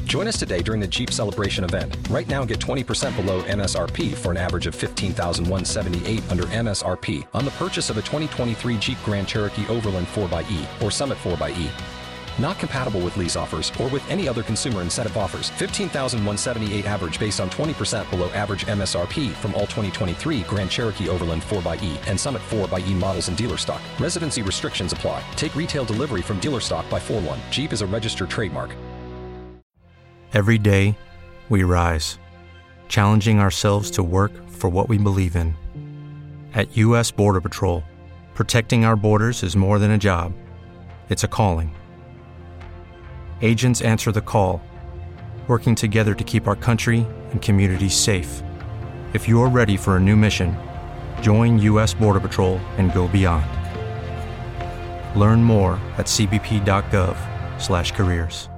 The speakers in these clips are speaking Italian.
Join us today during the Jeep Celebration event. Right now, get 20% below MSRP for an average of $15,178 under MSRP on the purchase of a 2023 Jeep Grand Cherokee Overland 4xE or Summit 4xE. Not compatible with lease offers or with any other consumer incentive offers. $15,178 average based on 20% below average MSRP from all 2023 Grand Cherokee Overland 4xE and Summit 4xE models in dealer stock. Residency restrictions apply. Take retail delivery from dealer stock by 4/1. Jeep is a registered trademark. Every day, we rise, challenging ourselves to work for what we believe in. At U.S. Border Patrol, protecting our borders is more than a job. It's a calling. Agents answer the call, working together to keep our country and communities safe. If you're ready for a new mission, join U.S. Border Patrol and go beyond. Learn more at cbp.gov/careers.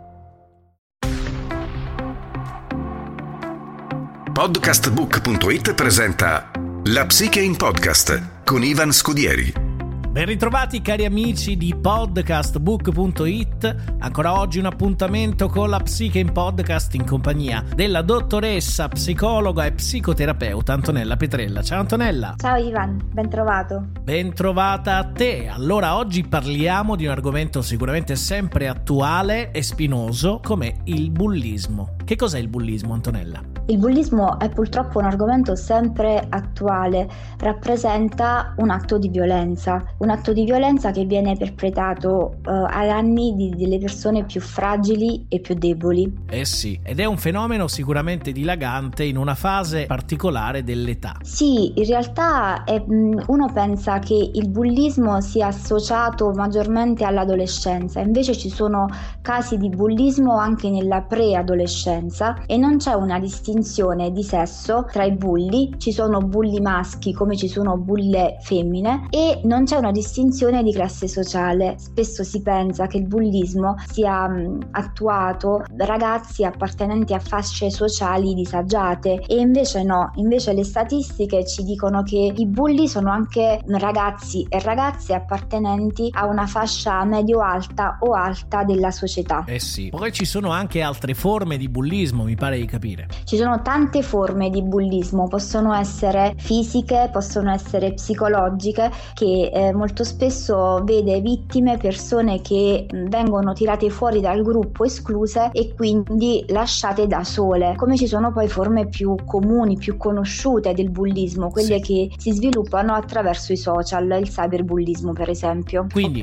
Podcastbook.it presenta La Psiche in Podcast con Ivan Scudieri. Ben ritrovati cari amici di podcastbook.it, ancora oggi un appuntamento con la Psiche in Podcast in compagnia della dottoressa, psicologa e psicoterapeuta Antonella Petrella. Ciao Antonella. Ciao Ivan, ben trovato. Ben trovata a te. Allora oggi parliamo di un argomento sicuramente sempre attuale e spinoso come il bullismo. Che cos'è il bullismo, Antonella? Il bullismo è purtroppo un argomento sempre attuale, rappresenta un atto di violenza che viene perpetrato ai danni delle persone più fragili e più deboli. Eh sì, ed è un fenomeno sicuramente dilagante in una fase particolare dell'età. Sì, in realtà uno pensa che il bullismo sia associato maggiormente all'adolescenza, invece ci sono casi di bullismo anche nella preadolescenza e non c'è una distinzione di sesso tra i bulli, ci sono bulli maschi come ci sono bulle femmine e non c'è una distinzione di classe sociale. Spesso si pensa che il bullismo sia attuato da ragazzi appartenenti a fasce sociali disagiate e invece no, invece le statistiche ci dicono che i bulli sono anche ragazzi e ragazze appartenenti a una fascia medio-alta o alta della società. Eh sì, poi ci sono anche altre forme di bullismo, mi pare di capire. Ci sono tante forme di bullismo, possono essere fisiche, possono essere psicologiche, che molto spesso vede vittime persone che vengono tirate fuori dal gruppo, escluse e quindi lasciate da sole. Come ci sono poi forme più comuni, più conosciute del bullismo, quelle che si sviluppano attraverso i social, il cyberbullismo per esempio. Quindi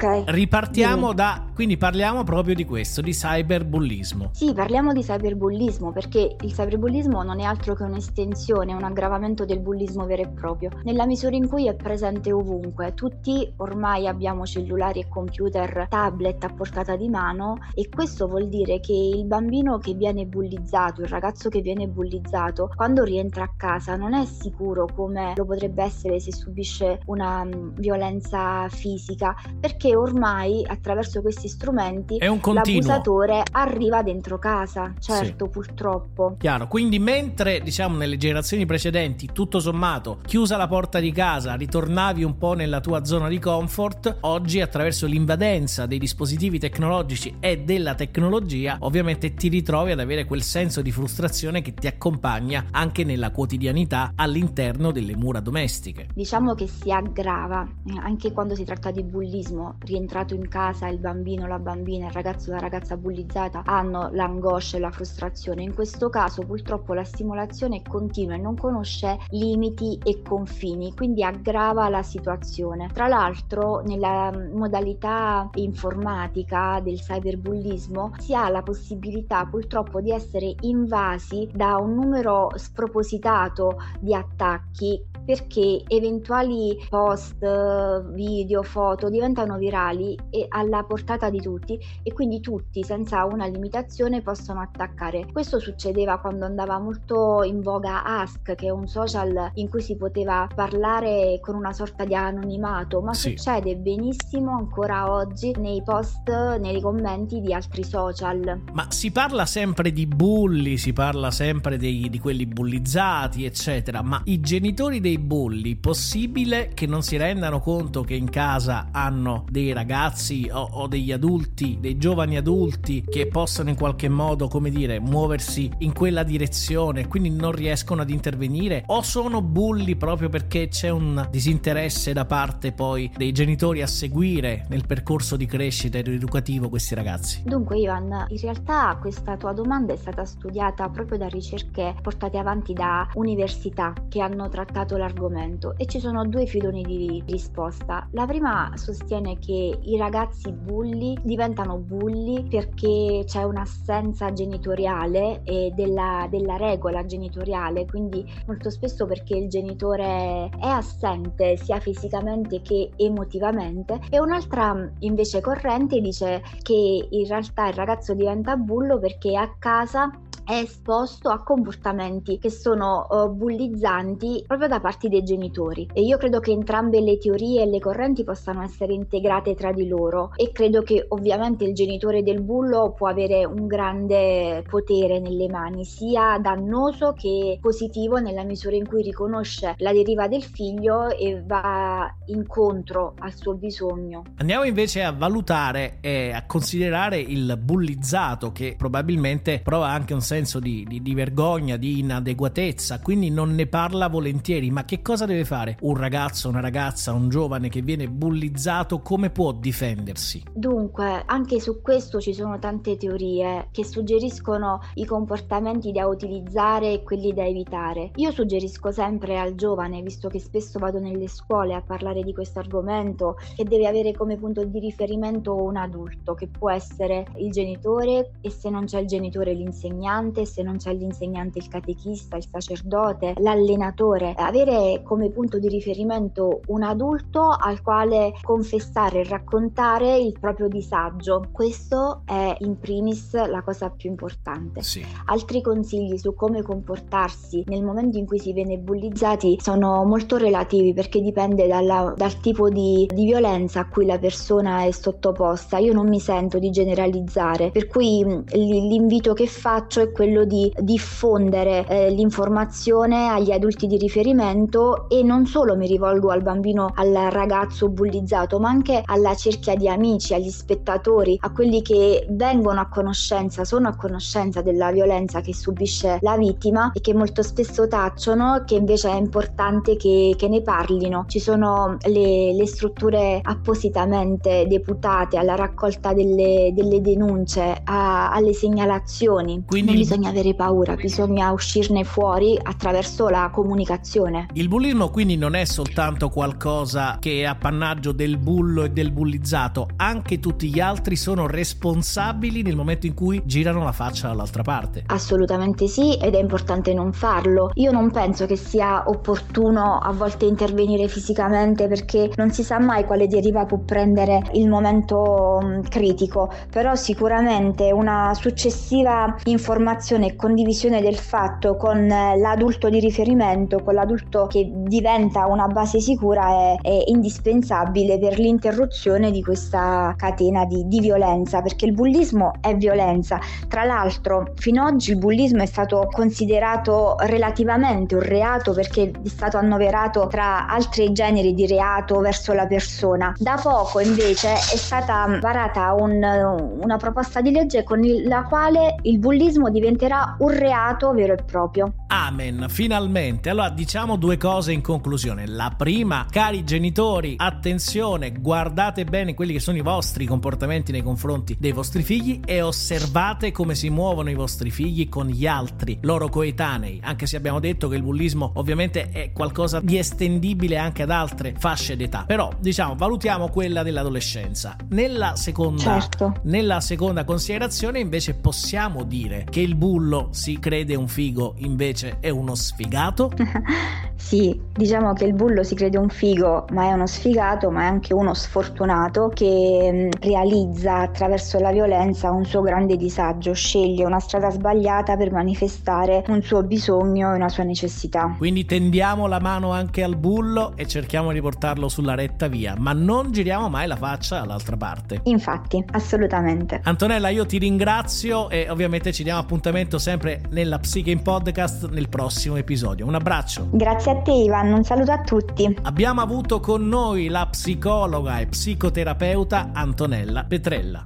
quindi parliamo proprio di questo, di cyberbullismo. Sì, parliamo di cyberbullismo perché il cyberbullismo non è altro che un'estensione, un aggravamento del bullismo vero e proprio, nella misura in cui è presente ovunque. Tutti ormai abbiamo cellulari e computer, tablet a portata di mano e questo vuol dire che il bambino che viene bullizzato, il ragazzo che viene bullizzato, quando rientra a casa non è sicuro come lo potrebbe essere se subisce una violenza fisica, perché ormai attraverso questi strumenti è un continuo. L'abusatore arriva dentro casa, certo, sì. Purtroppo. Chiaro, quindi mentre diciamo nelle generazioni precedenti tutto sommato chiusa la porta di casa ritornavi un po' nella tua zona di comfort, oggi attraverso l'invadenza dei dispositivi tecnologici e della tecnologia ovviamente ti ritrovi ad avere quel senso di frustrazione che ti accompagna anche nella quotidianità all'interno delle mura domestiche. Diciamo che si aggrava anche quando si tratta di bullismo. Rientrato in casa il bambino, la bambina, il ragazzo, la ragazza bullizzata hanno l'angoscia e la frustrazione. In questo caso purtroppo la stimolazione è continua e non conosce limiti e confini, quindi aggrava la situazione. Tra l'altro nella modalità informatica del cyberbullismo si ha la possibilità purtroppo di essere invasi da un numero spropositato di attacchi, perché eventuali post, video, foto diventano virali e alla portata di tutti e quindi tutti senza una limitazione possono attaccare. Questo succedeva quando andava molto in voga Ask, che è un social in cui si poteva parlare con una sorta di anonimato, ma sì, succede benissimo ancora oggi nei post, nei commenti di altri social. Ma si parla sempre di bulli, si parla sempre di quelli bullizzati eccetera, ma i genitori dei bulli, possibile che non si rendano conto che in casa hanno dei ragazzi o degli adulti, dei giovani adulti che possano in qualche modo, come dire, muoversi in quella direzione, quindi non riescono ad intervenire? O sono bulli proprio perché c'è un disinteresse da parte poi dei genitori a seguire nel percorso di crescita ed educativo questi ragazzi? Dunque Ivan, in realtà questa tua domanda è stata studiata proprio da ricerche portate avanti da università che hanno trattato l'argomento, e ci sono due filoni di risposta. La prima sostiene che i ragazzi bulli diventano bulli perché c'è un'assenza genitoriale e della regola genitoriale, quindi molto spesso perché il genitore è assente sia fisicamente che emotivamente. E un'altra invece corrente dice che in realtà il ragazzo diventa bullo perché a casa è esposto a comportamenti che sono bullizzanti proprio da parte dei genitori, e io credo che entrambe le teorie e le correnti possano essere integrate tra di loro, e credo che ovviamente il genitore del bullo può avere un grande potere nelle mani, sia dannoso che positivo, nella misura in cui riconosce la deriva del figlio e va incontro al suo bisogno. Andiamo invece a valutare e a considerare il bullizzato, che probabilmente prova anche un senso di vergogna, di inadeguatezza, quindi non ne parla volentieri. Ma che cosa deve fare un ragazzo, una ragazza, un giovane che viene bullizzato? Come può difendersi? Dunque, anche su questo ci sono tante teorie che suggeriscono i comportamenti da utilizzare e quelli da evitare. Io suggerisco sempre al giovane, visto che spesso vado nelle scuole a parlare di questo argomento, che deve avere come punto di riferimento un adulto, che può essere il genitore, e se non c'è il genitore l'insegnante, se non c'è l'insegnante il catechista, il sacerdote, l'allenatore. Avere come punto di riferimento un adulto al quale confessare e raccontare il proprio disagio. Questo è in primis la cosa più importante. Sì. Altri consigli su come comportarsi nel momento in cui si viene bullizzati sono molto relativi, perché dipende dal tipo di violenza a cui la persona è sottoposta. Io non mi sento di generalizzare, per cui l'invito che faccio è quello di diffondere l'informazione agli adulti di riferimento, e non solo mi rivolgo al bambino, al ragazzo bullizzato, ma anche alla cerchia di amici, agli spettatori, a quelli che vengono a conoscenza, sono a conoscenza della violenza che subisce la vittima e che molto spesso tacciono, che invece è importante che ne parlino. Ci sono le strutture appositamente deputate alla raccolta delle denunce, alle segnalazioni. Quindi non bisogna avere paura, bisogna uscirne fuori attraverso la comunicazione. Il bullismo quindi non è soltanto qualcosa che è appannaggio del bullo e del bullizzato, anche tutti gli altri sono responsabili nel momento in cui girano la faccia dall'altra parte. Assolutamente sì, ed è importante non farlo. Io non penso che sia opportuno a volte intervenire fisicamente, perché non si sa mai quale deriva può prendere il momento critico, però sicuramente una successiva informazione e condivisione del fatto con l'adulto di riferimento, con l'adulto che diventa una base sicura, è indispensabile per l'interruzione di questa catena di violenza, perché il bullismo è violenza. Tra l'altro, fino ad oggi il bullismo è stato considerato relativamente un reato, perché è stato annoverato tra altri generi di reato verso la persona. Da poco invece è stata varata una proposta di legge con la quale il bullismo diventerà un reato vero e proprio. Amen, finalmente. Allora diciamo due cose in conclusione. La prima, cari genitori, attenzione, guardate bene quelli che sono i vostri comportamenti nei confronti dei vostri figli e osservate come si muovono i vostri figli con gli altri loro coetanei, anche se abbiamo detto che il bullismo ovviamente è qualcosa di estendibile anche ad altre fasce d'età, però diciamo valutiamo quella dell'adolescenza. Nella seconda considerazione invece possiamo dire che il bullo si crede un figo, invece è uno sfigato? Sì, diciamo che il bullo si crede un figo, ma è uno sfigato, ma è anche uno sfortunato che realizza attraverso la violenza un suo grande disagio, sceglie una strada sbagliata per manifestare un suo bisogno e una sua necessità. Quindi tendiamo la mano anche al bullo e cerchiamo di portarlo sulla retta via, ma non giriamo mai la faccia all'altra parte. Infatti, assolutamente. Antonella, io ti ringrazio e ovviamente ci diamo appuntamento sempre nella Psiche in Podcast nel prossimo episodio. Un abbraccio. Grazie Grazie a te Ivan, un saluto a tutti. Abbiamo avuto con noi la psicologa e psicoterapeuta Antonella Petrella.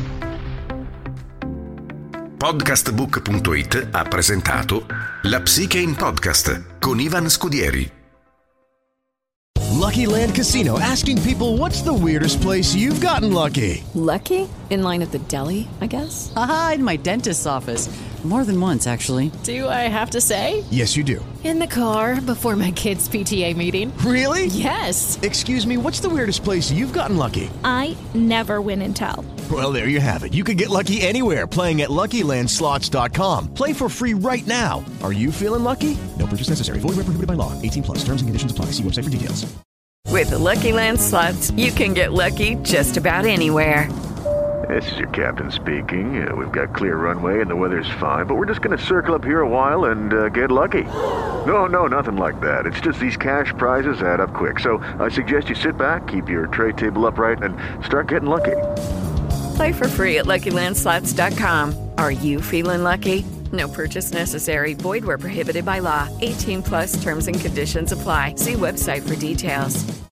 Podcastbook.it ha presentato La Psiche in Podcast con Ivan Scudieri. Lucky Land Casino, asking people, what's the weirdest place you've gotten lucky? Lucky? In line at the deli, I guess? Aha, in my dentist's office. More than once, actually. Do I have to say? Yes, you do. In the car before my kids' PTA meeting. Really? Yes. Excuse me, what's the weirdest place you've gotten lucky? I never win and tell. Well, there you have it. You can get lucky anywhere, playing at LuckyLandSlots.com. Play for free right now. Are you feeling lucky? No purchase necessary. Void where prohibited by law. 18+. Terms and conditions apply. See website for details. With the Lucky Land Slots, you can get lucky just about anywhere. This is your captain speaking. We've got clear runway and the weather's fine, but we're just going to circle up here a while and get lucky. No, nothing like that. It's just these cash prizes add up quick. So I suggest you sit back, keep your tray table upright, and start getting lucky. Play for free at LuckyLandSlots.com. Are you feeling lucky? No purchase necessary. Void where prohibited by law. 18+ terms and conditions apply. See website for details.